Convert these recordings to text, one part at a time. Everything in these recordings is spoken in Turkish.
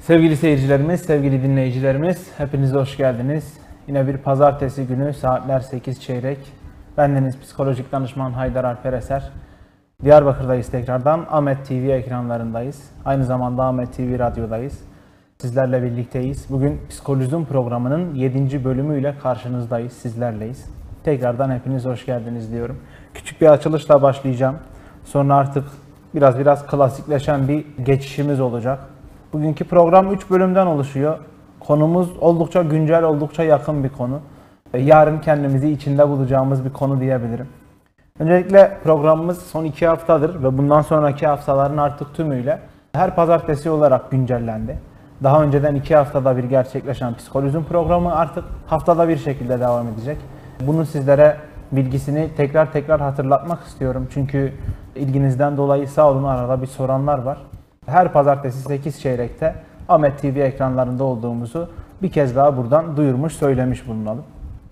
Sevgili seyircilerimiz, sevgili dinleyicilerimiz, hepiniz hoş geldiniz. Yine bir pazartesi günü saatler 8 çeyrek. Bendeniz psikolojik danışman Haydar Alper Eser. Diyarbakır'dayız tekrardan. Ahmet TV ekranlarındayız. Aynı zamanda Ahmet TV radyodayız. Sizlerle birlikteyiz. Bugün Psikolojizm programının 7. bölümüyle karşınızdayız, sizlerleyiz. Tekrardan hepiniz hoş geldiniz diyorum. Küçük bir açılışla başlayacağım. Sonra artık biraz klasikleşen bir geçişimiz olacak. Bugünkü program 3 bölümden oluşuyor. Konumuz oldukça güncel, oldukça yakın bir konu. Yarın kendimizi içinde bulacağımız bir konu diyebilirim. Öncelikle programımız son 2 haftadır ve bundan sonraki haftaların artık tümüyle her pazartesi olarak güncellendi. Daha önceden 2 haftada bir gerçekleşen psikolojim programı artık haftada bir şekilde devam edecek. Bunun sizlere bilgisini tekrar hatırlatmak istiyorum. Çünkü ilginizden dolayı sağ olun, arada bir soranlar var. Her pazartesi 8 çeyrekte Ahmet TV ekranlarında olduğumuzu bir kez daha buradan duyurmuş, söylemiş bulunalım.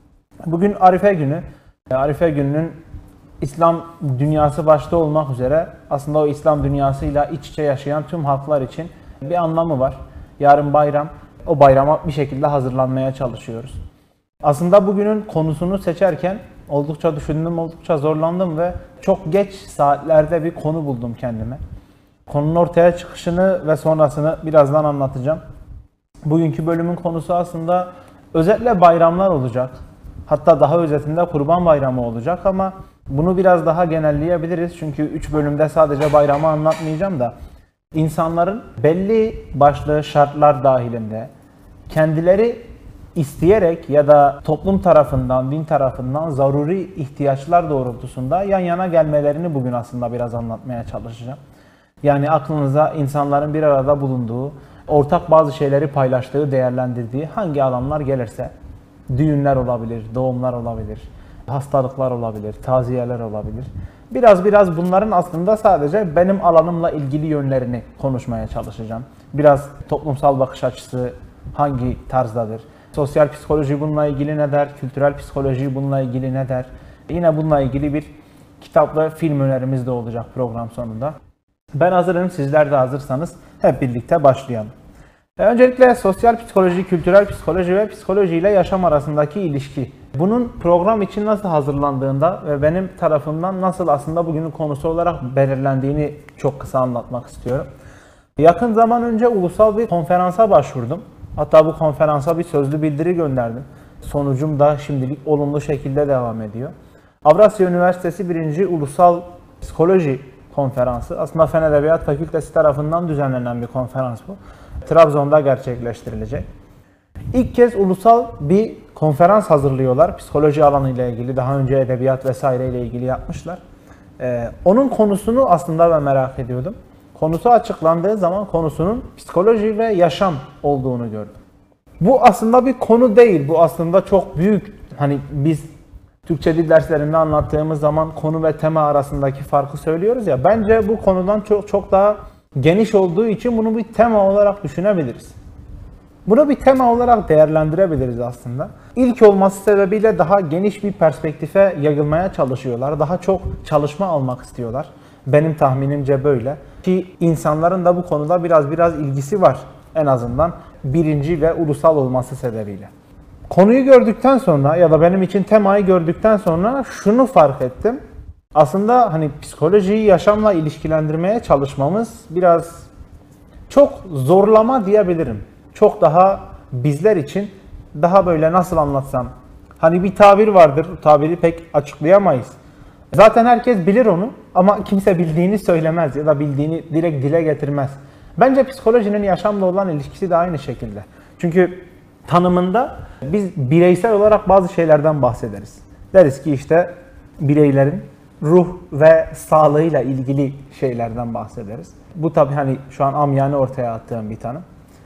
Bugün Arife günü. Arife gününün İslam dünyası başta olmak üzere aslında o İslam dünyasıyla iç içe yaşayan tüm halklar için bir anlamı var. Yarın bayram. O bayrama bir şekilde hazırlanmaya çalışıyoruz. Aslında bugünün konusunu seçerken oldukça düşündüm, oldukça zorlandım ve çok geç saatlerde bir konu buldum kendime. Konunun ortaya çıkışını ve sonrasını birazdan anlatacağım. Bugünkü bölümün konusu aslında özetle bayramlar olacak. Hatta daha özetinde Kurban Bayramı olacak ama bunu biraz daha genelleyebiliriz. Çünkü 3 bölümde sadece bayramı anlatmayacağım da insanların belli başlı şartlar dahilinde kendileri isteyerek ya da toplum tarafından, din tarafından zaruri ihtiyaçlar doğrultusunda yan yana gelmelerini bugün aslında biraz anlatmaya çalışacağım. Yani aklınıza insanların bir arada bulunduğu, ortak bazı şeyleri paylaştığı, değerlendirdiği hangi alanlar gelirse, düğünler olabilir, doğumlar olabilir, hastalıklar olabilir, taziyeler olabilir. Biraz bunların aslında sadece benim alanımla ilgili yönlerini konuşmaya çalışacağım. Biraz toplumsal bakış açısı hangi tarzdadır? Sosyal psikoloji bununla ilgili ne der? Kültürel psikoloji bununla ilgili ne der? Yine bununla ilgili bir kitap ve film önerimiz de olacak program sonunda. Ben hazırım, sizler de hazırsanız hep birlikte başlayalım. Öncelikle sosyal psikoloji, kültürel psikoloji ve psikoloji ile yaşam arasındaki ilişki. Bunun program için nasıl hazırlandığında ve benim tarafımdan nasıl aslında bugünün konusu olarak belirlendiğini çok kısa anlatmak istiyorum. Yakın zaman önce ulusal bir konferansa başvurdum. Hatta bu konferansa bir sözlü bildiri gönderdim. Sonucum da şimdilik olumlu şekilde devam ediyor. Avrasya Üniversitesi 1. Ulusal Psikoloji Konferansı. Aslında Fen Edebiyat Fakültesi tarafından düzenlenen bir konferans bu. Trabzon'da gerçekleştirilecek. İlk kez ulusal bir konferans hazırlıyorlar. Psikoloji alanıyla ilgili, daha önce edebiyat vesaire ile ilgili yapmışlar. Onun konusunu aslında ben merak ediyordum. Konusu açıklandığı zaman konusunun psikoloji ve yaşam olduğunu gördüm. Bu aslında bir konu değil. Bu aslında çok büyük. Hani biz Türkçe dil derslerinde anlattığımız zaman konu ve tema arasındaki farkı söylüyoruz ya. Bence bu konudan çok daha geniş olduğu için bunu bir tema olarak düşünebiliriz. Bunu bir tema olarak değerlendirebiliriz aslında. İlk olması sebebiyle daha geniş bir perspektife yayılmaya çalışıyorlar. Daha çok çalışma almak istiyorlar. Benim tahminimce böyle. Ki insanların da bu konuda biraz ilgisi var. En azından birinci ve ulusal olması sebebiyle. Konuyu gördükten sonra ya da benim için temayı gördükten sonra şunu fark ettim. Aslında hani psikolojiyi yaşamla ilişkilendirmeye çalışmamız biraz çok zorlama diyebilirim. Çok daha bizler için daha böyle nasıl anlatsam. Hani bir tabir vardır, o tabiri pek açıklayamayız. Zaten herkes bilir onu ama kimse bildiğini söylemez ya da bildiğini direkt dile getirmez. Bence psikolojinin yaşamla olan ilişkisi de aynı şekilde. Çünkü tanımında biz bireysel olarak bazı şeylerden bahsederiz. Deriz ki işte bireylerin ruh ve sağlığıyla ilgili şeylerden bahsederiz. Bu tabii hani şu an amiyane ortaya attığım bir tanım.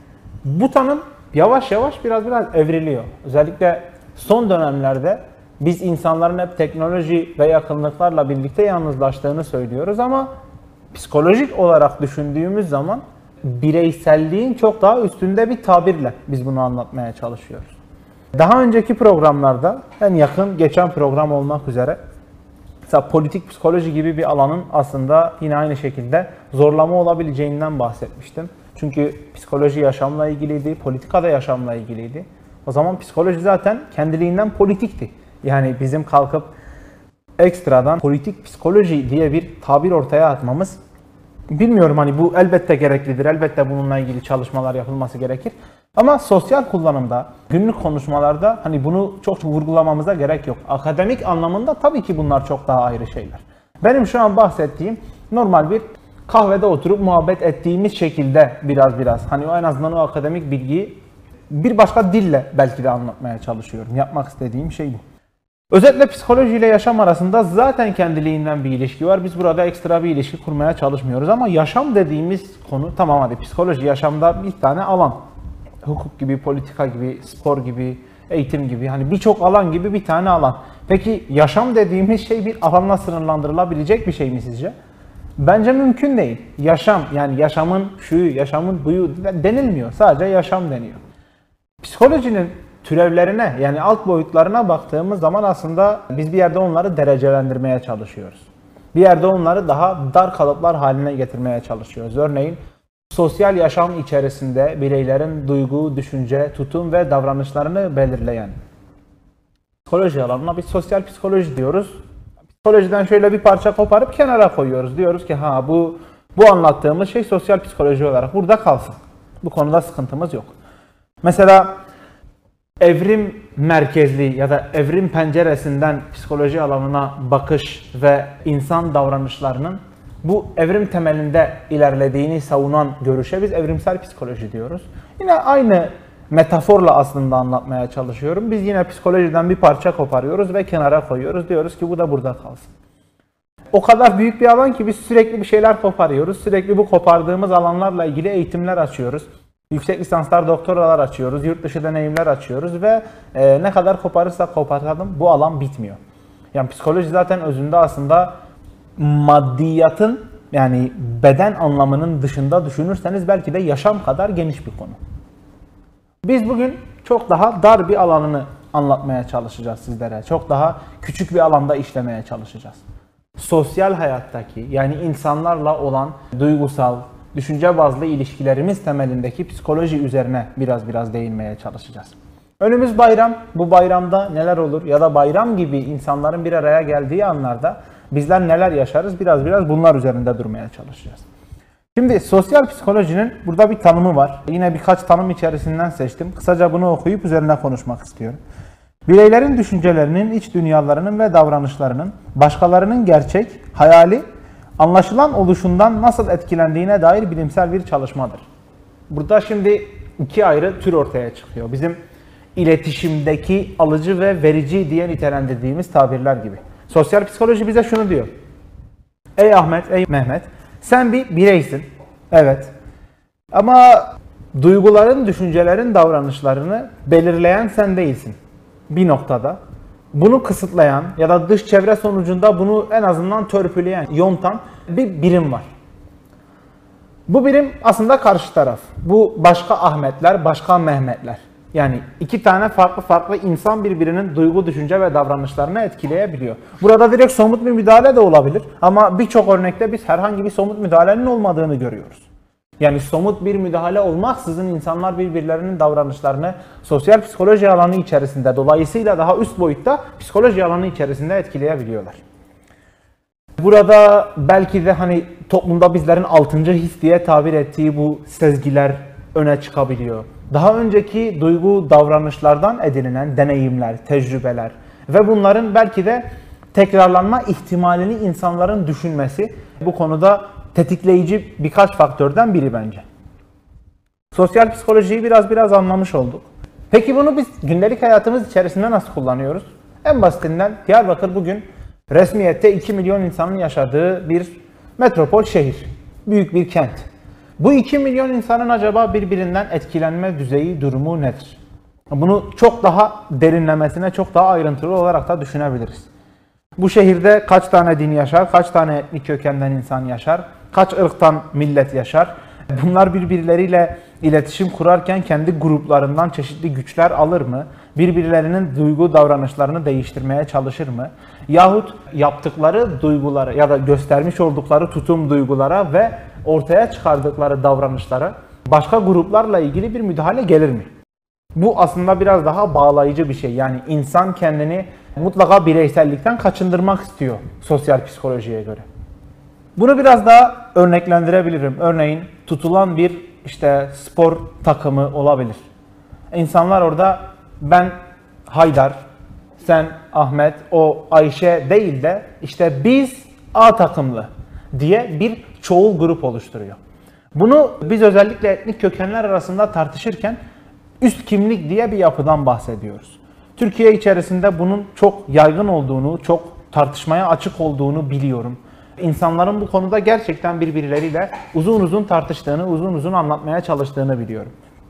Bu tanım yavaş biraz evriliyor. Özellikle son dönemlerde biz insanların hep teknoloji ve yakınlıklarla birlikte yalnızlaştığını söylüyoruz ama psikolojik olarak düşündüğümüz zaman bireyselliğin çok daha üstünde bir tabirle biz bunu anlatmaya çalışıyoruz. Daha önceki programlarda en yakın geçen program olmak üzere mesela politik psikoloji gibi bir alanın aslında yine aynı şekilde zorlama olabileceğinden bahsetmiştim. Çünkü psikoloji yaşamla ilgiliydi, politika da yaşamla ilgiliydi. O zaman psikoloji zaten kendiliğinden politikti. Yani bizim kalkıp ekstradan politik psikoloji diye bir tabir ortaya atmamız, bilmiyorum, hani bu elbette gereklidir. Elbette bununla ilgili çalışmalar yapılması gerekir. Ama sosyal kullanımda, günlük konuşmalarda hani bunu çok vurgulamamıza gerek yok. Akademik anlamında tabii ki bunlar çok daha ayrı şeyler. Benim şu an bahsettiğim normal bir kahvede oturup muhabbet ettiğimiz şekilde biraz hani en azından o akademik bilgiyi bir başka dille belki de anlatmaya çalışıyorum. Yapmak istediğim şey bu. Özetle psikoloji ile yaşam arasında zaten kendiliğinden bir ilişki var. Biz burada ekstra bir ilişki kurmaya çalışmıyoruz ama yaşam dediğimiz konu, tamam hadi psikoloji yaşamda bir tane alan. Hukuk gibi, politika gibi, spor gibi, eğitim gibi, hani birçok alan gibi bir tane alan. Peki yaşam dediğimiz şey bir alanla sınırlandırılabilecek bir şey mi sizce? Bence mümkün değil. Yaşam, yani yaşamın şuyu, yaşamın buyu denilmiyor. Sadece yaşam deniyor. Psikolojinin türevlerine, yani alt boyutlarına baktığımız zaman aslında biz bir yerde onları derecelendirmeye çalışıyoruz. Bir yerde onları daha dar kalıplar haline getirmeye çalışıyoruz. Örneğin sosyal yaşam içerisinde bireylerin duygu, düşünce, tutum ve davranışlarını belirleyen psikoloji alanına biz sosyal psikoloji diyoruz. Psikolojiden şöyle bir parça koparıp kenara koyuyoruz. Diyoruz ki bu anlattığımız şey sosyal psikoloji olarak burada kalsın. Bu konuda sıkıntımız yok. Mesela evrim merkezli ya da evrim penceresinden psikoloji alanına bakış ve insan davranışlarının bu evrim temelinde ilerlediğini savunan görüşe biz evrimsel psikoloji diyoruz. Yine aynı metaforla aslında anlatmaya çalışıyorum. Biz yine psikolojiden bir parça koparıyoruz ve kenara koyuyoruz. Diyoruz ki bu da burada kalsın. O kadar büyük bir alan ki biz sürekli bir şeyler koparıyoruz. Sürekli bu kopardığımız alanlarla ilgili eğitimler açıyoruz. Yüksek lisanslar, doktoralar açıyoruz. Yurt dışı deneyimler açıyoruz ve ne kadar koparırsak kopartalım bu alan bitmiyor. Yani psikoloji zaten özünde aslında maddiyatın, yani beden anlamının dışında düşünürseniz belki de yaşam kadar geniş bir konu. Biz bugün çok daha dar bir alanını anlatmaya çalışacağız sizlere. Çok daha küçük bir alanda işlemeye çalışacağız. Sosyal hayattaki, yani insanlarla olan duygusal, düşünce bazlı ilişkilerimiz temelindeki psikoloji üzerine biraz değinmeye çalışacağız. Önümüz bayram. Bu bayramda neler olur ya da bayram gibi insanların bir araya geldiği anlarda bizler neler yaşarız, biraz bunlar üzerinde durmaya çalışacağız. Şimdi sosyal psikolojinin burada bir tanımı var. Yine birkaç tanım içerisinden seçtim. Kısaca bunu okuyup üzerine konuşmak istiyorum. Bireylerin düşüncelerinin, iç dünyalarının ve davranışlarının başkalarının gerçek, hayali, anlaşılan oluşundan nasıl etkilendiğine dair bilimsel bir çalışmadır. Burada şimdi iki ayrı tür ortaya çıkıyor. Bizim iletişimdeki alıcı ve verici diye nitelendirdiğimiz tabirler gibi. Sosyal psikoloji bize şunu diyor. Ey Ahmet, ey Mehmet, sen bir bireysin. Evet. Ama duyguların, düşüncelerin, davranışlarını belirleyen sen değilsin. Bir noktada. Bunu kısıtlayan ya da dış çevre sonucunda bunu en azından törpüleyen, yontan bir birim var. Bu birim aslında karşı taraf. Bu başka Ahmetler, başka Mehmetler. Yani iki tane farklı insan birbirinin duygu, düşünce ve davranışlarını etkileyebiliyor. Burada direkt somut bir müdahale de olabilir ama birçok örnekte biz herhangi bir somut müdahalenin olmadığını görüyoruz. Yani somut bir müdahale olmaksızın insanlar birbirlerinin davranışlarını sosyal psikoloji alanı içerisinde, dolayısıyla daha üst boyutta psikoloji alanı içerisinde etkileyebiliyorlar. Burada belki de hani toplumda bizlerin 6. his diye tabir ettiği bu sezgiler öne çıkabiliyor. Daha önceki duygu davranışlardan edinilen deneyimler, tecrübeler ve bunların belki de tekrarlanma ihtimalini insanların düşünmesi bu konuda tetikleyici birkaç faktörden biri bence. Sosyal psikolojiyi biraz anlamış olduk. Peki bunu biz gündelik hayatımız içerisinde nasıl kullanıyoruz? En basitinden Diyarbakır bugün resmiyette 2 milyon insanın yaşadığı bir metropol şehir. Büyük bir kent. Bu 2 milyon insanın acaba birbirinden etkilenme düzeyi, durumu nedir? Bunu çok daha derinlemesine, çok daha ayrıntılı olarak da düşünebiliriz. Bu şehirde kaç tane din yaşar, kaç tane etnik kökenden insan yaşar, kaç ırktan millet yaşar? Bunlar birbirleriyle iletişim kurarken kendi gruplarından çeşitli güçler alır mı? Birbirlerinin duygu davranışlarını değiştirmeye çalışır mı? Yahut yaptıkları duygulara ya da göstermiş oldukları tutum duygulara ve ortaya çıkardıkları davranışlara başka gruplarla ilgili bir müdahale gelir mi? Bu aslında biraz daha bağlayıcı bir şey. Yani insan kendini mutlaka bireysellikten kaçındırmak istiyor sosyal psikolojiye göre. Bunu biraz daha örneklendirebilirim. Örneğin tutulan bir spor takımı olabilir. İnsanlar orada ben Haydar, sen Ahmet, o Ayşe değil de biz A takımlı diye bir çoğul grup oluşturuyor. Bunu biz özellikle etnik kökenler arasında tartışırken üst kimlik diye bir yapıdan bahsediyoruz. Türkiye içerisinde bunun çok yaygın olduğunu, çok tartışmaya açık olduğunu biliyorum. İnsanların bu konuda gerçekten birbirleriyle uzun uzun tartıştığını, uzun uzun anlatmaya çalıştığını biliyorum.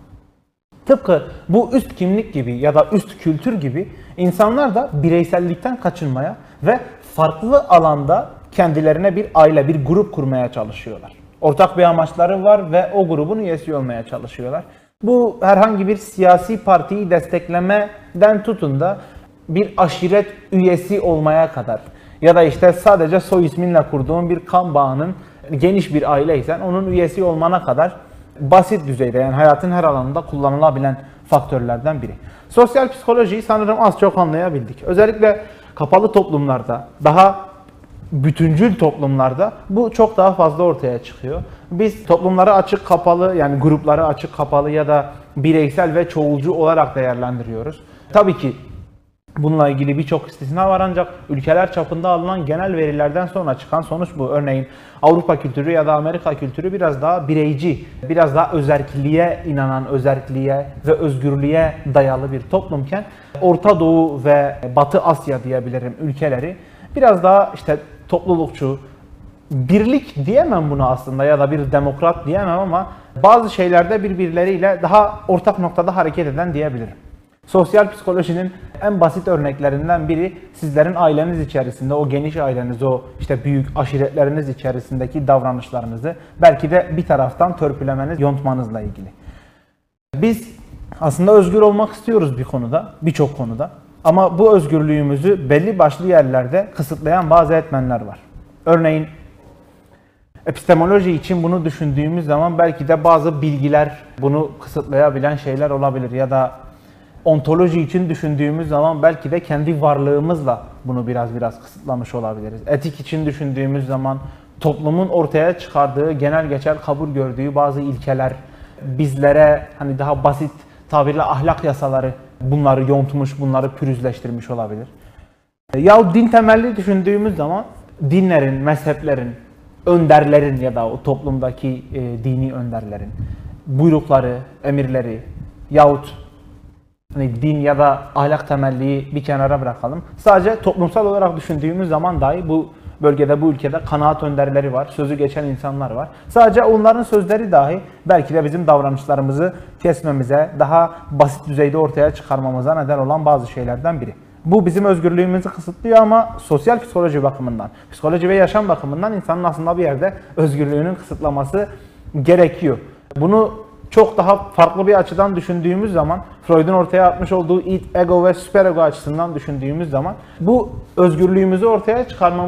Tıpkı bu üst kimlik gibi ya da üst kültür gibi insanlar da bireysellikten kaçınmaya ve farklı alanda kendilerine bir aile, bir grup kurmaya çalışıyorlar. Ortak bir amaçları var ve o grubun üyesi olmaya çalışıyorlar. Bu herhangi bir siyasi partiyi desteklemeden tutun da bir aşiret üyesi olmaya kadar ya da sadece soy isminle kurduğun bir kan bağının geniş bir aileysen onun üyesi olmana kadar basit düzeyde, yani hayatın her alanında kullanılabilen faktörlerden biri. Sosyal psikolojiyi sanırım az çok anlayabildik. Özellikle kapalı toplumlarda, daha bütüncül toplumlarda bu çok daha fazla ortaya çıkıyor. Biz toplumları açık kapalı, yani grupları açık kapalı ya da bireysel ve çoğulcu olarak değerlendiriyoruz. Tabii ki bununla ilgili birçok istisna var, ancak ülkeler çapında alınan genel verilerden sonra çıkan sonuç bu. Örneğin Avrupa kültürü ya da Amerika kültürü biraz daha bireyci, biraz daha özerkliğe inanan, özerkliğe ve özgürlüğe dayalı bir toplumken Orta Doğu ve Batı Asya diyebilirim ülkeleri biraz daha toplulukçu, birlik diyemem buna aslında ya da bir demokrat diyemem ama bazı şeylerde birbirleriyle daha ortak noktada hareket eden diyebilirim. Sosyal psikolojinin en basit örneklerinden biri sizlerin aileniz içerisinde, o geniş aileniz, o büyük aşiretleriniz içerisindeki davranışlarınızı belki de bir taraftan törpülemeniz, yontmanızla ilgili. Biz aslında özgür olmak istiyoruz bir konuda, birçok konuda. Ama bu özgürlüğümüzü belli başlı yerlerde kısıtlayan bazı etmenler var. Örneğin epistemoloji için bunu düşündüğümüz zaman belki de bazı bilgiler bunu kısıtlayabilen şeyler olabilir ya da ontoloji için düşündüğümüz zaman belki de kendi varlığımızla bunu biraz kısıtlamış olabiliriz. Etik için düşündüğümüz zaman toplumun ortaya çıkardığı, genel geçer kabul gördüğü bazı ilkeler bizlere daha basit tabirle ahlak yasaları bunları yontmuş, bunları pürüzleştirmiş olabilir. Ya din temelli düşündüğümüz zaman dinlerin, mezheplerin, önderlerin ya da o toplumdaki dini önderlerin buyrukları, emirleri yahut din ya da ahlak temelliyi bir kenara bırakalım. Sadece toplumsal olarak düşündüğümüz zaman dahi bu bölgede, bu ülkede kanaat önderleri var, sözü geçen insanlar var. Sadece onların sözleri dahi belki de bizim davranışlarımızı kesmemize, daha basit düzeyde ortaya çıkarmamıza neden olan bazı şeylerden biri. Bu bizim özgürlüğümüzü kısıtlıyor ama sosyal psikoloji bakımından, psikoloji ve yaşam bakımından insanın aslında bir yerde özgürlüğünün kısıtlaması gerekiyor. Bunu çok daha farklı bir açıdan düşündüğümüz zaman, Freud'un ortaya atmış olduğu id, ego ve süperego açısından düşündüğümüz zaman bu özgürlüğümüzü ortaya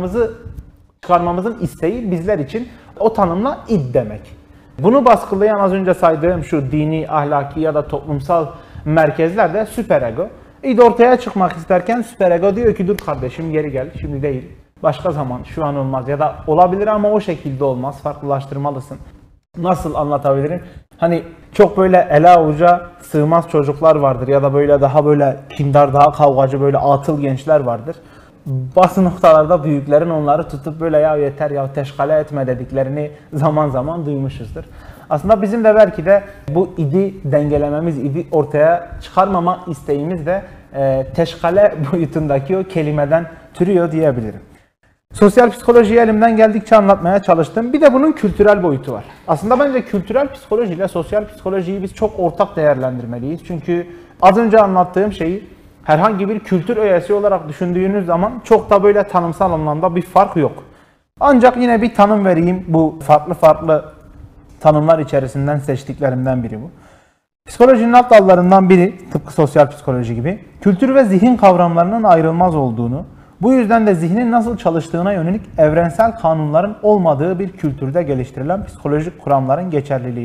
çıkarmamızın isteği bizler için o tanımla id demek. Bunu baskılayan az önce saydığım şu dini, ahlaki ya da toplumsal merkezler de süperego. İd ortaya çıkmak isterken süperego diyor ki dur kardeşim geri gel, şimdi değil, başka zaman, şu an olmaz ya da olabilir ama o şekilde olmaz, farklılaştırmalısın. Nasıl anlatabilirim? Çok böyle ele avuca sığmaz çocuklar vardır ya da daha böyle kindar, daha kavgacı, böyle atıl gençler vardır. Bazı noktalarda büyüklerin onları tutup böyle ya yeter ya teşkale etme dediklerini zaman zaman duymuşuzdur. Aslında bizim de belki de bu idi dengelememiz, idi ortaya çıkarmama isteğimiz de teşkale boyutundaki o kelimeden türüyor diyebilirim. Sosyal psikolojiyi elimden geldikçe anlatmaya çalıştım. Bir de bunun kültürel boyutu var. Aslında bence kültürel psikoloji ile sosyal psikolojiyi biz çok ortak değerlendirmeliyiz. Çünkü az önce anlattığım şeyi herhangi bir kültür öğesi olarak düşündüğünüz zaman çok da böyle tanımsal anlamda bir fark yok. Ancak yine bir tanım vereyim. Bu farklı tanımlar içerisinden seçtiklerimden biri bu. Psikolojinin alt dallarından biri, tıpkı sosyal psikoloji gibi, kültür ve zihin kavramlarının ayrılmaz olduğunu, bu yüzden de zihnin nasıl çalıştığına yönelik evrensel kanunların olmadığı bir kültürde geliştirilen psikolojik kuramların geçerliliğini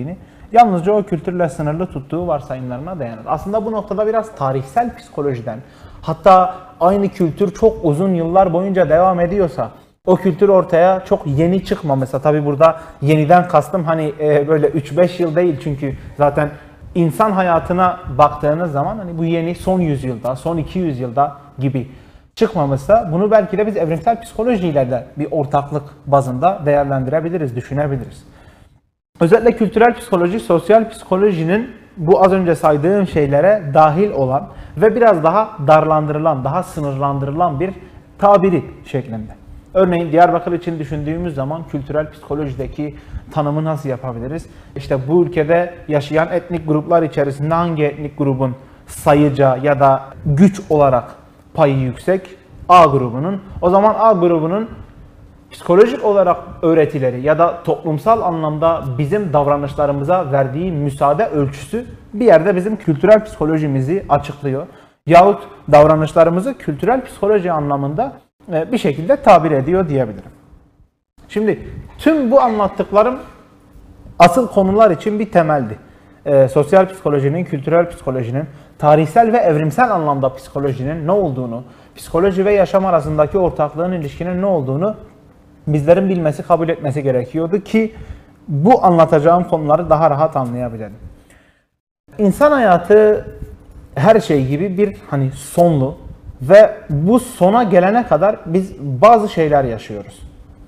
yalnızca o kültürle sınırlı tuttuğu varsayımlarına dayanır. Aslında bu noktada biraz tarihsel psikolojiden, hatta aynı kültür çok uzun yıllar boyunca devam ediyorsa, o kültür ortaya çok yeni çıkmamışsa, tabi burada yeniden kastım hani böyle 3-5 yıl değil, çünkü zaten insan hayatına baktığınız zaman hani bu yeni son yüzyılda, son 200 yılda gibi çıkmamışsa, bunu belki de biz evrimsel psikolojiyle de bir ortaklık bazında değerlendirebiliriz, düşünebiliriz. Özellikle kültürel psikoloji, sosyal psikolojinin bu az önce saydığım şeylere dahil olan ve biraz daha darlandırılan, daha sınırlandırılan bir tabiri şeklinde. Örneğin Diyarbakır için düşündüğümüz zaman kültürel psikolojideki tanımı nasıl yapabiliriz? İşte bu ülkede yaşayan etnik gruplar içerisinde hangi etnik grubun sayıca ya da güç olarak payı yüksek? A grubunun. O zaman A grubunun psikolojik olarak öğretileri ya da toplumsal anlamda bizim davranışlarımıza verdiği müsaade ölçüsü bir yerde bizim kültürel psikolojimizi açıklıyor. Yahut davranışlarımızı kültürel psikoloji anlamında bir şekilde tabir ediyor diyebilirim. Şimdi tüm bu anlattıklarım asıl konular için bir temeldi. Sosyal psikolojinin, kültürel psikolojinin, tarihsel ve evrimsel anlamda psikolojinin ne olduğunu, psikoloji ve yaşam arasındaki ortaklığın, ilişkinin ne olduğunu bizlerin bilmesi, kabul etmesi gerekiyordu ki bu anlatacağım konuları daha rahat anlayabilelim. İnsan hayatı her şey gibi bir hani sonlu ve bu sona gelene kadar biz bazı şeyler yaşıyoruz.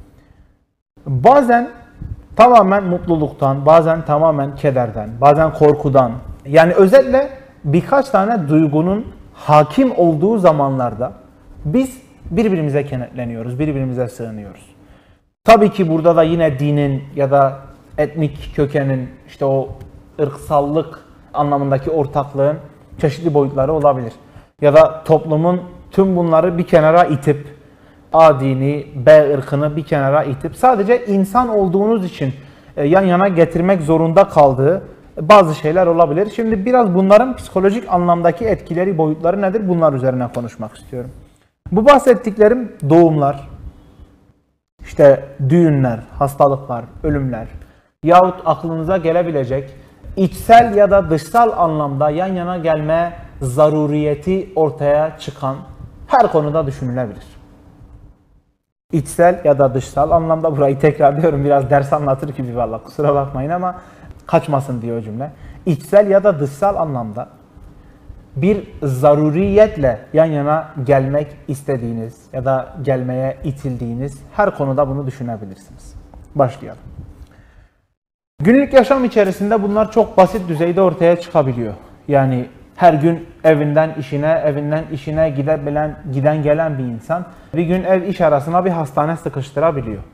Bazen tamamen mutluluktan, bazen tamamen kederden, bazen korkudan, yani özetle birkaç tane duygunun hakim olduğu zamanlarda biz birbirimize kenetleniyoruz, birbirimize sığınıyoruz. Tabii ki burada da yine dinin ya da etnik kökenin, işte o ırksallık anlamındaki ortaklığın çeşitli boyutları olabilir. Ya da toplumun tüm bunları bir kenara itip, A dini, B ırkını bir kenara itip sadece insan olduğunuz için yan yana getirmek zorunda kaldığı bazı şeyler olabilir. Şimdi biraz bunların psikolojik anlamdaki etkileri, boyutları nedir? Bunlar üzerine konuşmak istiyorum. Bu bahsettiklerim doğumlar, işte düğünler, hastalıklar, ölümler yahut aklınıza gelebilecek içsel ya da dışsal anlamda yan yana gelme zaruriyeti ortaya çıkan her konuda düşünülebilir. İçsel ya da dışsal anlamda, burayı tekrarlıyorum biraz ders anlatır gibi vallahi kusura bakmayın ama kaçmasın diyor cümle. İçsel ya da dışsal anlamda bir zaruriyetle yan yana gelmek istediğiniz ya da gelmeye itildiğiniz her konuda bunu düşünebilirsiniz. Başlayalım. Günlük yaşam içerisinde bunlar çok basit düzeyde ortaya çıkabiliyor. Yani her gün evinden işine giden gelen bir insan bir gün ev iş arasına bir hastane sıkıştırabiliyor.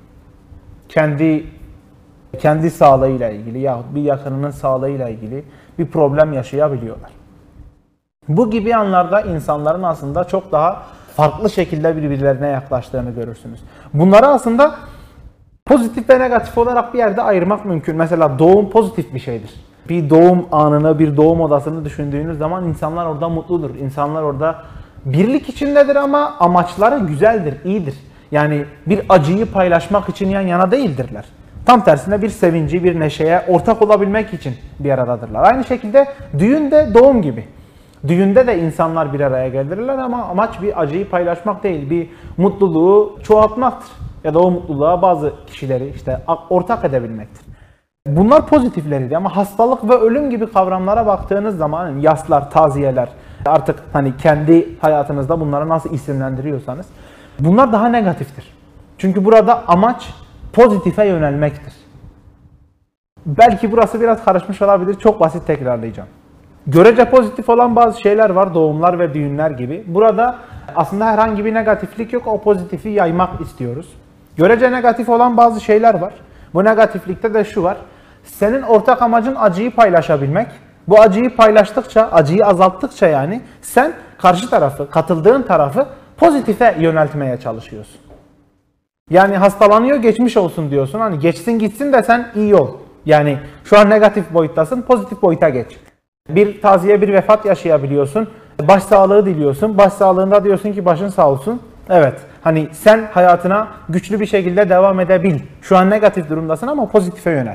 Kendi sağlığıyla ilgili yahut bir yakınının sağlığıyla ilgili bir problem yaşayabiliyorlar. Bu gibi anlarda insanların aslında çok daha farklı şekilde birbirlerine yaklaştığını görürsünüz. Bunları aslında pozitif ve negatif olarak bir yerde ayırmak mümkün. Mesela doğum pozitif bir şeydir. Bir doğum anını, bir doğum odasını düşündüğünüz zaman insanlar orada mutludur. İnsanlar orada birlik içindedir ama amaçları güzeldir, iyidir. Yani bir acıyı paylaşmak için yan yana değildirler. Tam tersine bir sevinci, bir neşeye ortak olabilmek için bir aradadırlar. Aynı şekilde düğün de doğum gibi. Düğünde de insanlar bir araya gelirler ama amaç bir acıyı paylaşmak değil, bir mutluluğu çoğaltmaktır. Ya da o mutluluğa bazı kişileri işte ortak edebilmektir. Bunlar pozitifleriydi ama hastalık ve ölüm gibi kavramlara baktığınız zaman yaslar, taziyeler, artık hani kendi hayatınızda bunları nasıl isimlendiriyorsanız bunlar daha negatiftir. Çünkü burada amaç pozitife yönelmektir. Belki burası biraz karışmış olabilir, çok basit tekrarlayacağım. Görece pozitif olan bazı şeyler var, doğumlar ve düğünler gibi. Burada aslında herhangi bir negatiflik yok, o pozitifi yaymak istiyoruz. Görece negatif olan bazı şeyler var. Bu negatiflikte de şu var. Senin ortak amacın acıyı paylaşabilmek. Bu acıyı paylaştıkça, acıyı azalttıkça yani sen karşı tarafı, katıldığın tarafı pozitife yöneltmeye çalışıyorsun. Yani hastalanıyor, geçmiş olsun diyorsun. Hani geçsin gitsin de sen iyi ol. Yani şu an negatif boyuttasın, pozitif boyuta geç. Bir taziye, bir vefat yaşayabiliyorsun. Başsağlığı diliyorsun. Başsağlığında diyorsun ki başın sağ olsun. Evet. Hani sen hayatına güçlü bir şekilde devam edebil. Şu an negatif durumdasın ama pozitife yönel.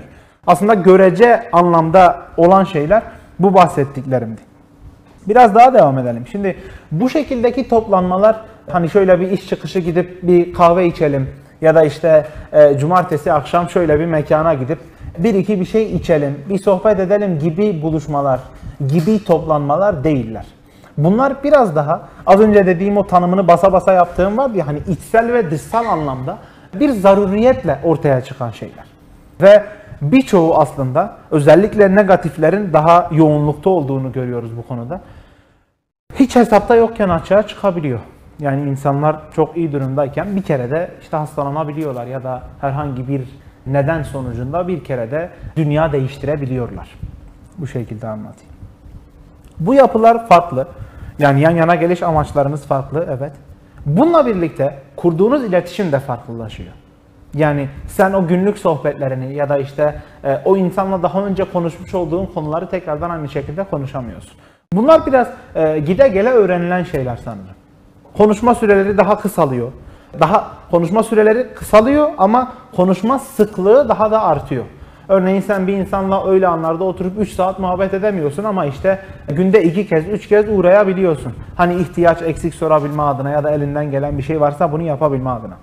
Aslında görece anlamda olan şeyler bu bahsettiklerimdi. Biraz daha devam edelim. Şimdi bu şekildeki toplanmalar, hani şöyle bir iş çıkışı gidip bir kahve içelim ya da işte cumartesi akşam şöyle bir mekana gidip bir iki bir şey içelim, bir sohbet edelim gibi buluşmalar, gibi toplanmalar değiller. Bunlar biraz daha az önce dediğim o tanımını basa basa yaptığım var ya, hani içsel ve dışsal anlamda bir zaruriyetle ortaya çıkan şeyler. Ve birçoğu aslında, özellikle negatiflerin daha yoğunlukta olduğunu görüyoruz bu konuda. Hiç hesapta yokken açığa çıkabiliyor. Yani insanlar çok iyi durumdayken bir kere de işte hastalanabiliyorlar ya da herhangi bir neden sonucunda bir kere de dünya değiştirebiliyorlar. Bu şekilde anlatayım. Bu yapılar farklı. Yani yan yana geliş amaçlarınız farklı, evet. Bununla birlikte kurduğunuz iletişim de farklılaşıyor. Yani sen o günlük sohbetlerini ya da işte o insanla daha önce konuşmuş olduğun konuları tekrardan aynı şekilde konuşamıyorsun. Bunlar biraz gide gele öğrenilen şeyler sanırım. Konuşma süreleri daha kısalıyor. Konuşma süreleri kısalıyor ama konuşma sıklığı daha da artıyor. Örneğin sen bir insanla öyle anlarda oturup 3 saat muhabbet edemiyorsun ama işte günde 2 kez, 3 kez uğrayabiliyorsun. Hani ihtiyaç eksik sorabilme adına ya da elinden gelen bir şey varsa bunu yapabilme adına.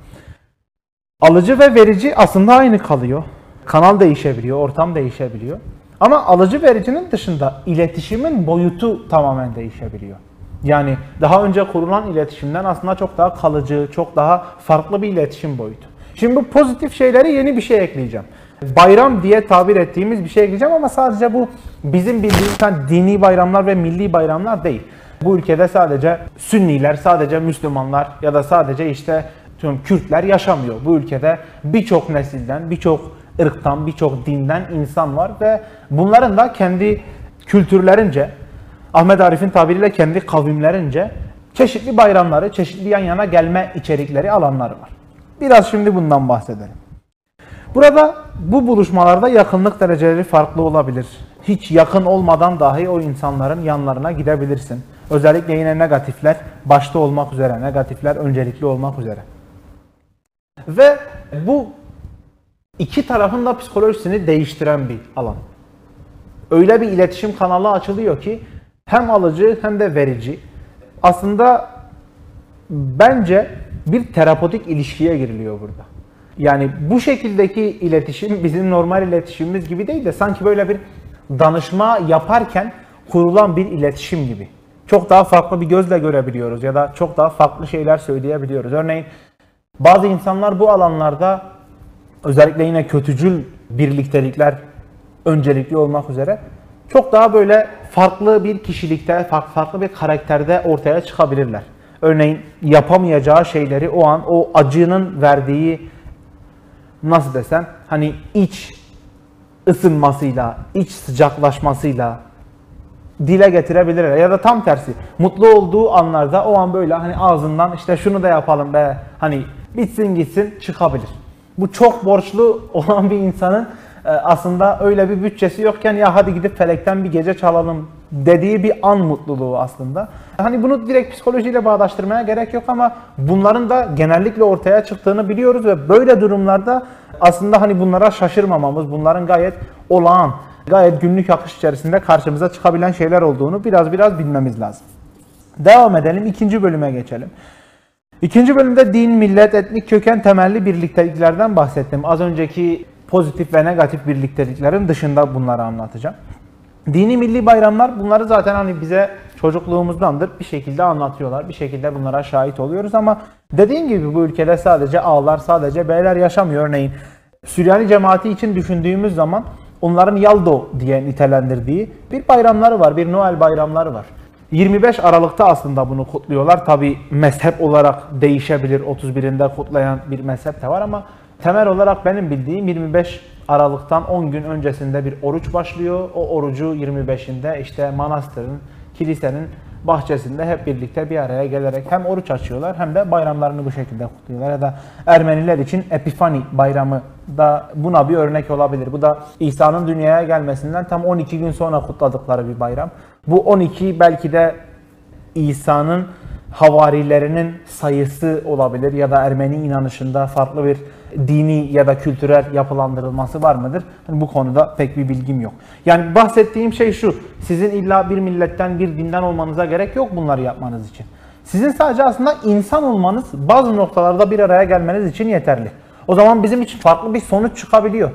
Alıcı ve verici aslında aynı kalıyor. Kanal değişebiliyor, ortam değişebiliyor. Ama alıcı vericinin dışında iletişimin boyutu tamamen değişebiliyor. Yani daha önce kurulan iletişimden aslında çok daha kalıcı, çok daha farklı bir iletişim boyutu. Şimdi bu pozitif şeyleri yeni bir şey ekleyeceğim. Bayram diye tabir ettiğimiz bir şey ekleyeceğim ama sadece bu bizim bildiğimiz dini bayramlar ve milli bayramlar değil. Bu ülkede sadece Sünniler, sadece Müslümanlar ya da sadece işte Kürtler yaşamıyor. Bu ülkede birçok nesilden, birçok ırktan, birçok dinden insan var ve bunların da kendi kültürlerince, Ahmet Arif'in tabiriyle kendi kavimlerince çeşitli bayramları, çeşitli yan yana gelme içerikleri, alanları var. Biraz şimdi bundan bahsedelim. Burada bu buluşmalarda yakınlık dereceleri farklı olabilir. Hiç yakın olmadan dahi o insanların yanlarına gidebilirsin. Özellikle yine negatifler başta olmak üzere, negatifler öncelikli olmak üzere. Ve bu iki tarafın da psikolojisini değiştiren bir alan. Öyle bir iletişim kanalı açılıyor ki hem alıcı hem de verici. Aslında bence bir terapötik ilişkiye giriliyor burada. Yani bu şekildeki iletişim bizim normal iletişimimiz gibi değil de sanki böyle bir danışma yaparken kurulan bir iletişim gibi. Çok daha farklı bir gözle görebiliyoruz ya da çok daha farklı şeyler söyleyebiliyoruz. Örneğin bazı insanlar bu alanlarda özellikle yine kötücül birliktelikler öncelikli olmak üzere çok daha böyle farklı bir kişilikte, farklı bir karakterde ortaya çıkabilirler. Örneğin yapamayacağı şeyleri o an o acının verdiği, nasıl desem, hani iç ısınmasıyla, iç sıcaklaşmasıyla dile getirebilirler. Ya da tam tersi, mutlu olduğu anlarda o an böyle hani ağzından işte şunu da yapalım be, hani bitsin gitsin çıkabilir. Bu çok borçlu olan bir insanın aslında öyle bir bütçesi yokken ya hadi gidip felekten bir gece çalalım dediği bir an mutluluğu aslında. Hani bunu direkt psikolojiyle bağdaştırmaya gerek yok ama bunların da genellikle ortaya çıktığını biliyoruz ve böyle durumlarda aslında hani bunlara şaşırmamamız, bunların gayet olağan, gayet günlük akış içerisinde karşımıza çıkabilen şeyler olduğunu biraz bilmemiz lazım. Devam edelim, ikinci bölüme geçelim. İkinci bölümde din, millet, etnik köken temelli birlikteliklerden bahsettim. Az önceki pozitif ve negatif birlikteliklerin dışında bunları anlatacağım. Dini milli bayramlar, bunları zaten hani bize çocukluğumuzdandır bir şekilde anlatıyorlar. Bir şekilde bunlara şahit oluyoruz ama dediğim gibi bu ülkede sadece ağlar, sadece beyler yaşamıyor. Örneğin Süryani cemaati için düşündüğümüz zaman onların Yaldo diye nitelendirdiği bir bayramları var, bir Noel bayramları var. 25 Aralık'ta aslında bunu kutluyorlar. Tabi mezhep olarak değişebilir. 31'inde kutlayan bir mezhep de var ama temel olarak benim bildiğim 25 Aralık'tan 10 gün öncesinde bir oruç başlıyor. O orucu 25'inde işte manastırın, kilisenin bahçesinde hep birlikte bir araya gelerek hem oruç açıyorlar hem de bayramlarını bu şekilde kutluyorlar. Ya da Ermeniler için Epifani bayramı da buna bir örnek olabilir. Bu da İsa'nın dünyaya gelmesinden tam 12 gün sonra kutladıkları bir bayram. Bu 12 belki de İsa'nın havarilerinin sayısı olabilir ya da Ermeni inanışında farklı bir dini ya da kültürel yapılandırılması var mıdır? Bu konuda pek bir bilgim yok. Yani bahsettiğim şey şu, sizin illa bir milletten, bir dinden olmanıza gerek yok bunları yapmanız için. Sizin sadece aslında insan olmanız, bazı noktalarda bir araya gelmeniz için yeterli. O zaman bizim için farklı bir sonuç çıkabiliyor.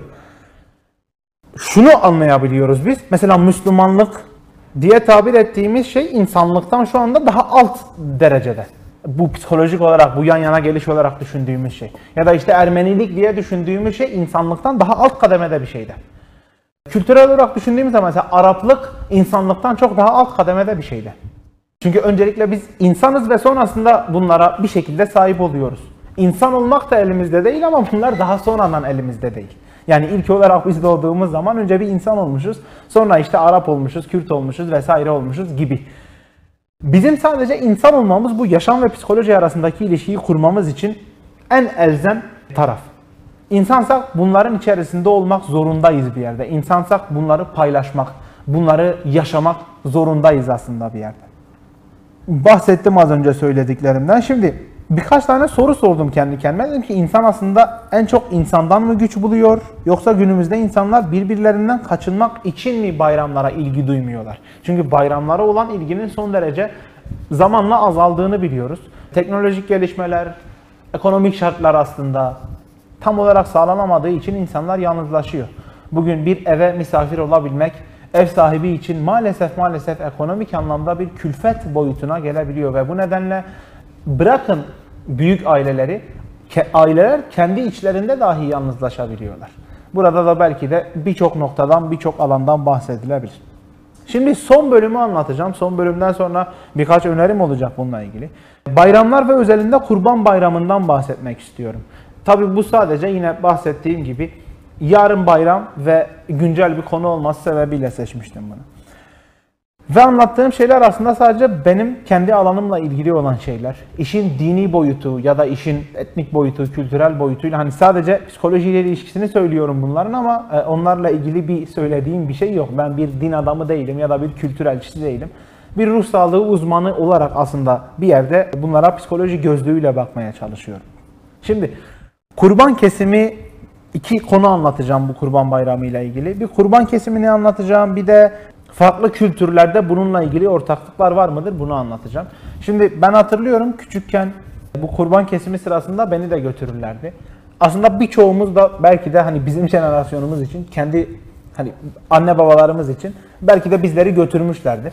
Şunu anlayabiliyoruz biz, mesela Müslümanlık diye tabir ettiğimiz şey insanlıktan şu anda daha alt derecede. Bu psikolojik olarak, bu yan yana geliş olarak düşündüğümüz şey. Ya da işte Ermenilik diye düşündüğümüz şey insanlıktan daha alt kademede bir şeydi. Kültürel olarak düşündüğümüz zaman mesela Araplık insanlıktan çok daha alt kademede bir şeydi. Çünkü öncelikle biz insanız ve sonrasında bunlara bir şekilde sahip oluyoruz. İnsan olmak da elimizde değil ama bunlar daha sonradan elimizde değil. Yani ilk olarak biz doğduğumuz zaman önce bir insan olmuşuz, sonra işte Arap olmuşuz, Kürt olmuşuz vesaire olmuşuz gibi. Bizim sadece insan olmamız bu yaşam ve psikoloji arasındaki ilişkiyi kurmamız için en elzem taraf. İnsansak bunların içerisinde olmak zorundayız bir yerde. İnsansak bunları paylaşmak, bunları yaşamak zorundayız aslında bir yerde. Bahsettim az önce söylediklerimden. Şimdi birkaç tane soru sordum kendi kendime. Dedim ki insan aslında en çok insandan mı güç buluyor? Yoksa günümüzde insanlar birbirlerinden kaçınmak için mi bayramlara ilgi duymuyorlar? Çünkü bayramlara olan ilginin son derece zamanla azaldığını biliyoruz. Teknolojik gelişmeler, ekonomik şartlar aslında tam olarak sağlanamadığı için insanlar yalnızlaşıyor. Bugün bir eve misafir olabilmek ev sahibi için maalesef ekonomik anlamda bir külfet boyutuna gelebiliyor ve bu nedenle bırakın büyük aileleri, aileler kendi içlerinde dahi yalnızlaşabiliyorlar. Burada da belki de birçok noktadan, birçok alandan bahsedilebilir. Şimdi son bölümü anlatacağım. Son bölümden sonra birkaç önerim olacak bununla ilgili. Bayramlar ve özelinde Kurban Bayramı'ndan bahsetmek istiyorum. Tabii bu sadece yine bahsettiğim gibi yarın bayram ve güncel bir konu olması sebebiyle seçmiştim bunu. Ve anlattığım şeyler aslında sadece benim kendi alanımla ilgili olan şeyler. İşin dini boyutu ya da işin etnik boyutu, kültürel boyutuyla hani sadece psikolojiyle ilişkisini söylüyorum bunların ama onlarla ilgili bir söylediğim bir şey yok. Ben bir din adamı değilim ya da bir kültürelçisi değilim. Bir ruh sağlığı uzmanı olarak aslında bir yerde bunlara psikoloji gözlüğüyle bakmaya çalışıyorum. Şimdi kurban kesimi, iki konu anlatacağım bu Kurban Bayramı ile ilgili. Bir kurban kesimini anlatacağım, bir de farklı kültürlerde bununla ilgili ortaklıklar var mıdır? Bunu anlatacağım. Şimdi ben hatırlıyorum küçükken bu kurban kesimi sırasında beni de götürürlerdi. Aslında birçoğumuz da belki de hani bizim jenerasyonumuz için, kendi hani anne babalarımız için belki de bizleri götürmüşlerdir.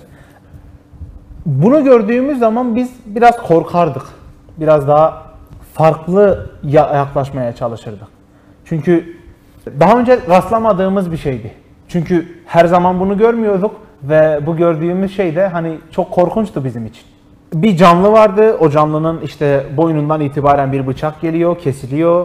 Bunu gördüğümüz zaman biz biraz korkardık. Biraz daha farklı yaklaşmaya çalışırdık. Çünkü daha önce rastlamadığımız bir şeydi. Çünkü her zaman bunu görmüyorduk ve bu gördüğümüz şey de hani çok korkunçtu bizim için. Bir canlı vardı, o canlının işte boynundan itibaren bir bıçak geliyor, kesiliyor.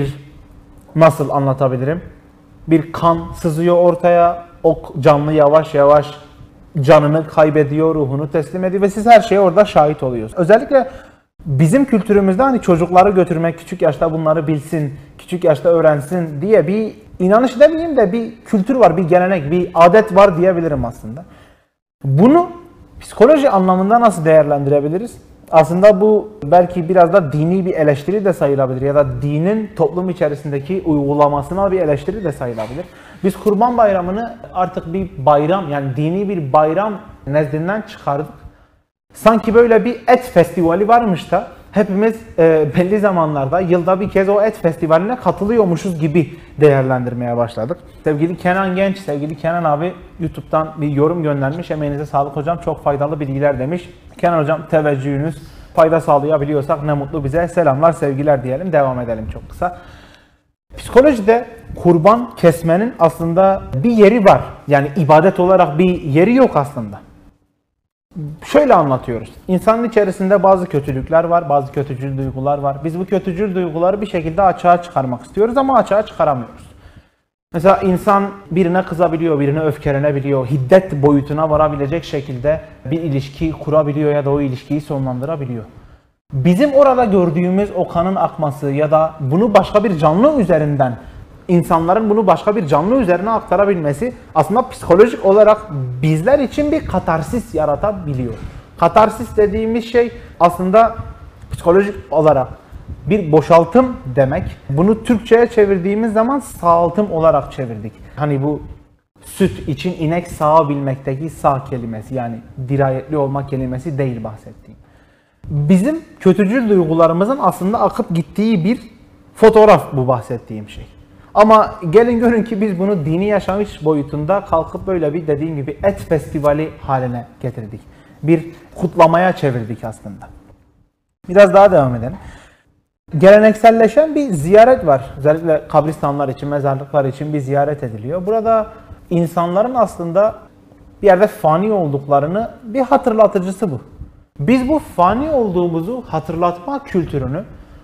Nasıl anlatabilirim? Bir kan sızıyor ortaya, o canlı yavaş yavaş canını kaybediyor, ruhunu teslim ediyor ve siz her şeye orada şahit oluyorsunuz. Özellikle bizim kültürümüzde hani çocukları götürmek, küçük yaşta bunları bilsin, küçük yaşta öğrensin diye bir inanış demeyeyim de bir kültür var, bir gelenek, bir adet var diyebilirim aslında. Bunu psikoloji anlamında nasıl değerlendirebiliriz? Aslında bu belki biraz da dini bir eleştiri de sayılabilir ya da dinin toplum içerisindeki uygulamasına bir eleştiri de sayılabilir. Biz Kurban Bayramı'nı artık bir bayram, yani dini bir bayram nezdinden çıkardık. Sanki böyle bir et festivali varmış da hepimiz belli zamanlarda yılda bir kez o et festivaline katılıyormuşuz gibi değerlendirmeye başladık. Sevgili Kenan Genç, sevgili Kenan abi YouTube'dan bir yorum göndermiş. Emeğinize sağlık hocam, çok faydalı bilgiler demiş. Kenan hocam teveccühünüz, fayda sağlayabiliyorsak ne mutlu bize. Selamlar, sevgiler diyelim. Devam edelim çok kısa. Psikolojide kurban kesmenin aslında bir yeri var. Yani ibadet olarak bir yeri yok aslında. Şöyle anlatıyoruz. İnsanın içerisinde bazı kötülükler var, bazı kötücül duygular var. Biz bu kötücül duyguları bir şekilde açığa çıkarmak istiyoruz ama açığa çıkaramıyoruz. Mesela insan birine kızabiliyor, birine öfkelenebiliyor, hiddet boyutuna varabilecek şekilde bir ilişki kurabiliyor ya da o ilişkiyi sonlandırabiliyor. Bizim orada gördüğümüz o kanın akması ya da bunu başka bir canlı üzerinden, insanların bunu başka bir canlı üzerine aktarabilmesi aslında psikolojik olarak bizler için bir katarsis yaratabiliyor. Katarsis dediğimiz şey aslında psikolojik olarak bir boşaltım demek. Bunu Türkçe'ye çevirdiğimiz zaman sağaltım olarak çevirdik. Hani bu süt için inek sağabilmekteki sağ kelimesi, yani dirayetli olma kelimesi değil bahsettiğim. Bizim kötücül duygularımızın aslında akıp gittiği bir fotoğraf bu bahsettiğim şey. Ama gelin görün ki biz bunu dini yaşamış boyutunda kalkıp böyle bir, dediğim gibi, et festivali haline getirdik. Bir kutlamaya çevirdik aslında. Biraz daha devam edelim. Gelenekselleşen bir ziyaret var. Özellikle kabristanlar için, mezarlıklar için bir ziyaret ediliyor. Burada insanların aslında bir yerde fani olduklarını bir hatırlatıcısı bu. Biz bu fani olduğumuzu hatırlatma kültürünü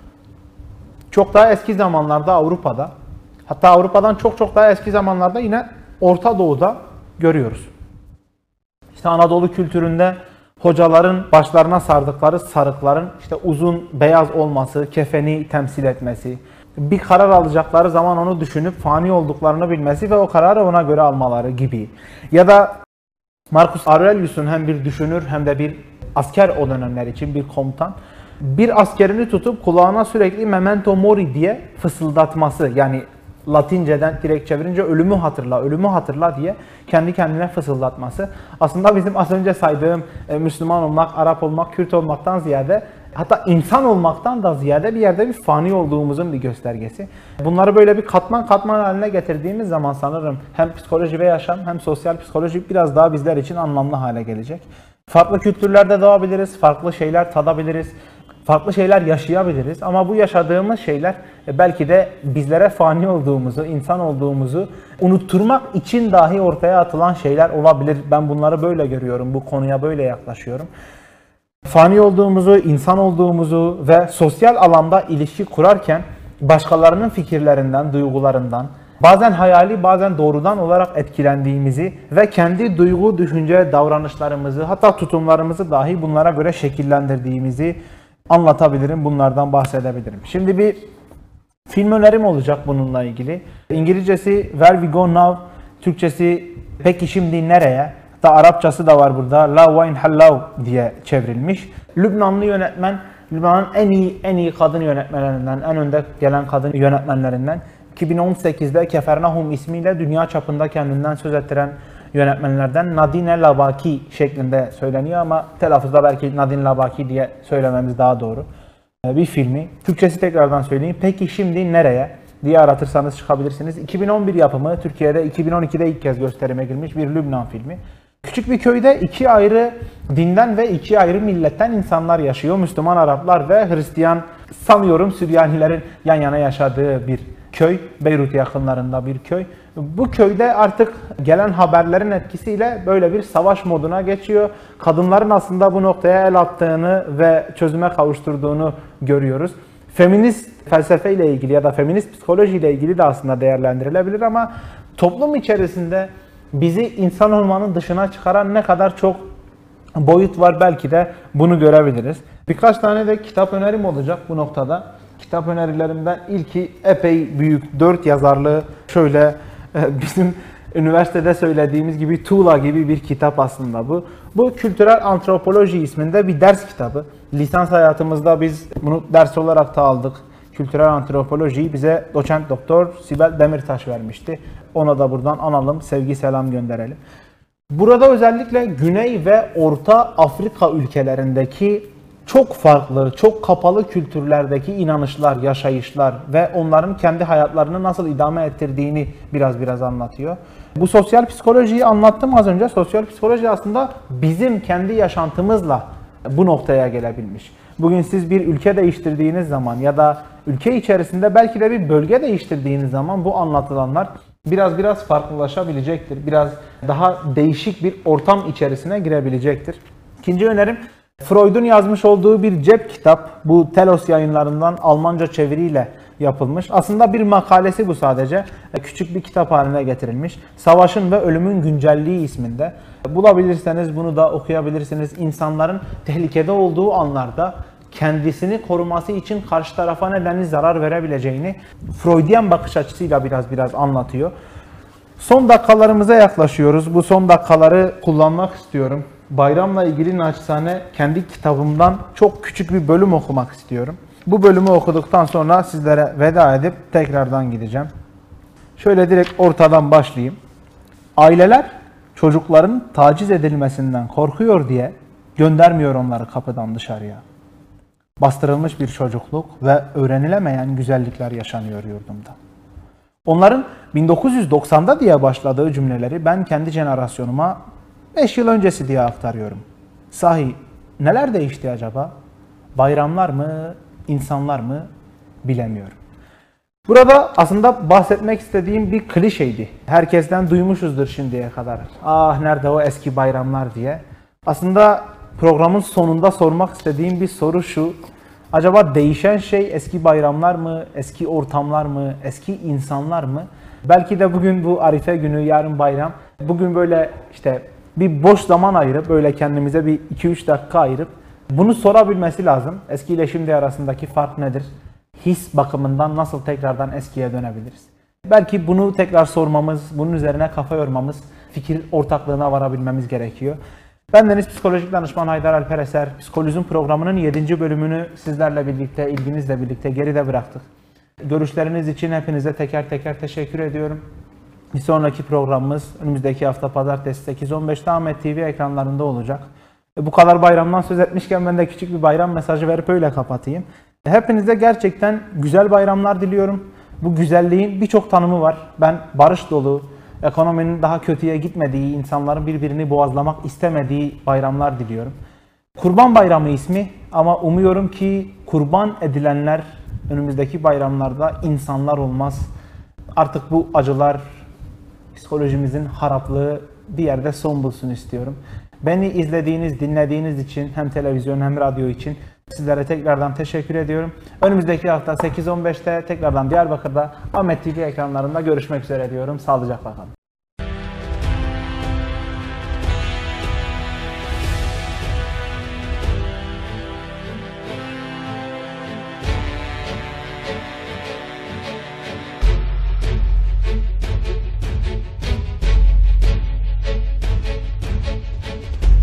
çok daha eski zamanlarda Avrupa'da, hatta Avrupa'dan çok daha eski zamanlarda yine Orta Doğu'da görüyoruz. İşte Anadolu kültüründe hocaların başlarına sardıkları sarıkların işte uzun beyaz olması, kefeni temsil etmesi, bir karar alacakları zaman onu düşünüp fani olduklarını bilmesi ve o kararı ona göre almaları gibi. Ya da Marcus Aurelius'un hem bir düşünür hem de bir asker o dönemler için, bir komutan, bir askerini tutup kulağına sürekli memento mori diye fısıldatması, yani Latinceden direkt çevirince ölümü hatırla, ölümü hatırla diye kendi kendine fısıldatması. Aslında bizim az önce saydığım Müslüman olmak, Arap olmak, Kürt olmaktan ziyade, hatta insan olmaktan da ziyade bir yerde bir fani olduğumuzun bir göstergesi. Bunları böyle bir katman katman haline getirdiğimiz zaman sanırım hem psikoloji ve yaşam hem sosyal psikoloji biraz daha bizler için anlamlı hale gelecek. Farklı kültürlerde doğabiliriz, farklı şeyler tadabiliriz, farklı şeyler yaşayabiliriz ama bu yaşadığımız şeyler belki de bizlere fani olduğumuzu, insan olduğumuzu unutturmak için dahi ortaya atılan şeyler olabilir. Ben bunları böyle görüyorum, bu konuya böyle yaklaşıyorum. Fani olduğumuzu, insan olduğumuzu ve sosyal alanda ilişki kurarken başkalarının fikirlerinden, duygularından, bazen hayali, bazen doğrudan olarak etkilendiğimizi ve kendi duygu, düşünce, davranışlarımızı, hatta tutumlarımızı dahi bunlara göre şekillendirdiğimizi anlatabilirim, bunlardan bahsedebilirim. Şimdi bir film önerim olacak bununla ilgili. İngilizcesi Where We Go Now, Türkçesi Peki Şimdi Nereye? Hatta Arapçası da var burada. La Wain Hallav diye çevrilmiş. Lübnanlı yönetmen, Lübnan'ın en iyi kadın yönetmenlerinden, en önde gelen kadın yönetmenlerinden. 2018'de Kefernahum ismiyle dünya çapında kendinden söz ettiren yönetmenlerden Nadine Labaki şeklinde söyleniyor ama telaffuzda belki Nadine Labaki diye söylememiz daha doğru. Bir filmi. Türkçesi tekrardan söyleyeyim. Peki Şimdi Nereye diye aratırsanız çıkabilirsiniz. 2011 yapımı, Türkiye'de 2012'de ilk kez gösterime girmiş bir Lübnan filmi. Küçük bir köyde iki ayrı dinden ve iki ayrı milletten insanlar yaşıyor. Müslüman Araplar ve Hristiyan, sanıyorum Süryanilerin yan yana yaşadığı bir köy. Beyrut yakınlarında bir köy. Bu köyde artık gelen haberlerin etkisiyle böyle bir savaş moduna geçiyor. Kadınların aslında bu noktaya el attığını ve çözüme kavuşturduğunu görüyoruz. Feminist felsefe ile ilgili ya da feminist psikoloji ile ilgili de aslında değerlendirilebilir ama toplum içerisinde bizi insan olmanın dışına çıkaran ne kadar çok boyut var belki de bunu görebiliriz. Birkaç tane de kitap önerim olacak bu noktada. Kitap önerilerimden ilki epey büyük, 4 yazarlı, şöyle bizim üniversitede söylediğimiz gibi tuğla gibi bir kitap aslında bu. Bu Kültürel Antropoloji isminde bir ders kitabı. Lisans hayatımızda biz bunu ders olarak da aldık. Kültürel Antropolojiyi bize doçent doktor Sibel Demirtaş vermişti. Ona da buradan analım, sevgi selam gönderelim. Burada özellikle Güney ve Orta Afrika ülkelerindeki çok farklı, çok kapalı kültürlerdeki inanışlar, yaşayışlar ve onların kendi hayatlarını nasıl idame ettirdiğini biraz anlatıyor. Bu sosyal psikolojiyi anlattım az önce. Sosyal psikoloji aslında bizim kendi yaşantımızla bu noktaya gelebilmiş. Bugün siz bir ülke değiştirdiğiniz zaman ya da ülke içerisinde belki de bir bölge değiştirdiğiniz zaman bu anlatılanlar biraz farklılaşabilecektir. Biraz daha değişik bir ortam içerisine girebilecektir. İkinci önerim, Freud'un yazmış olduğu bir cep kitap. Bu Telos yayınlarından Almanca çeviriyle yapılmış. Aslında bir makalesi bu sadece. Küçük bir kitap haline getirilmiş. Savaşın ve Ölümün Güncelliği isminde. Bulabilirseniz bunu da okuyabilirsiniz. İnsanların tehlikede olduğu anlarda kendisini koruması için karşı tarafa nedenli zarar verebileceğini Freudian bakış açısıyla biraz anlatıyor. Son dakikalarımıza yaklaşıyoruz. Bu son dakikaları kullanmak istiyorum. Bayramla ilgili naçizane kendi kitabımdan çok küçük bir bölüm okumak istiyorum. Bu bölümü okuduktan sonra sizlere veda edip tekrardan gideceğim. Şöyle direkt ortadan başlayayım. Aileler çocukların taciz edilmesinden korkuyor diye göndermiyor onları kapıdan dışarıya. Bastırılmış bir çocukluk ve öğrenilemeyen güzellikler yaşanıyor yurdumda. Onların 1990'da diye başladığı cümleleri ben kendi jenerasyonuma 5 yıl öncesi diye aktarıyorum. Sahi neler değişti acaba? Bayramlar mı, insanlar mı bilemiyorum. Burada aslında bahsetmek istediğim bir klişeydi. Herkesten duymuşuzdur şimdiye kadar. Ah nerede o eski bayramlar diye. Aslında programın sonunda sormak istediğim bir soru şu. Acaba değişen şey eski bayramlar mı, eski ortamlar mı, eski insanlar mı? Belki de bugün bu Arife günü, yarın bayram. Bugün böyle işte bir boş zaman ayırıp, böyle kendimize bir 2-3 dakika ayırıp bunu sorabilmesi lazım. Eski ile şimdi arasındaki fark nedir? His bakımından nasıl tekrardan eskiye dönebiliriz? Belki bunu tekrar sormamız, bunun üzerine kafa yormamız, fikir ortaklığına varabilmemiz gerekiyor. Bendeniz psikolojik danışman Haydar Alper Eser. Psikolojim programının 7. bölümünü sizlerle birlikte, ilginizle birlikte geride bıraktık. Görüşleriniz için hepinize teker teker teşekkür ediyorum. Bir sonraki programımız önümüzdeki hafta pazartesi 8.15'te Ahmet TV ekranlarında olacak. Bu kadar bayramdan söz etmişken ben de küçük bir bayram mesajı verip öyle kapatayım. Hepinize gerçekten güzel bayramlar diliyorum. Bu güzelliğin birçok tanımı var. Ben barış dolu, ekonominin daha kötüye gitmediği, insanların birbirini boğazlamak istemediği bayramlar diliyorum. Kurban Bayramı ismi ama umuyorum ki kurban edilenler önümüzdeki bayramlarda insanlar olmaz. Artık bu acılar, psikolojimizin haraplığı bir yerde son bulsun istiyorum. Beni izlediğiniz, dinlediğiniz için hem televizyon hem radyo için sizlere tekrardan teşekkür ediyorum. Önümüzdeki hafta 8.15'te tekrardan Diyarbakır'da Ahmet TV ekranlarında görüşmek üzere diyorum. Sağlıcakla kalın.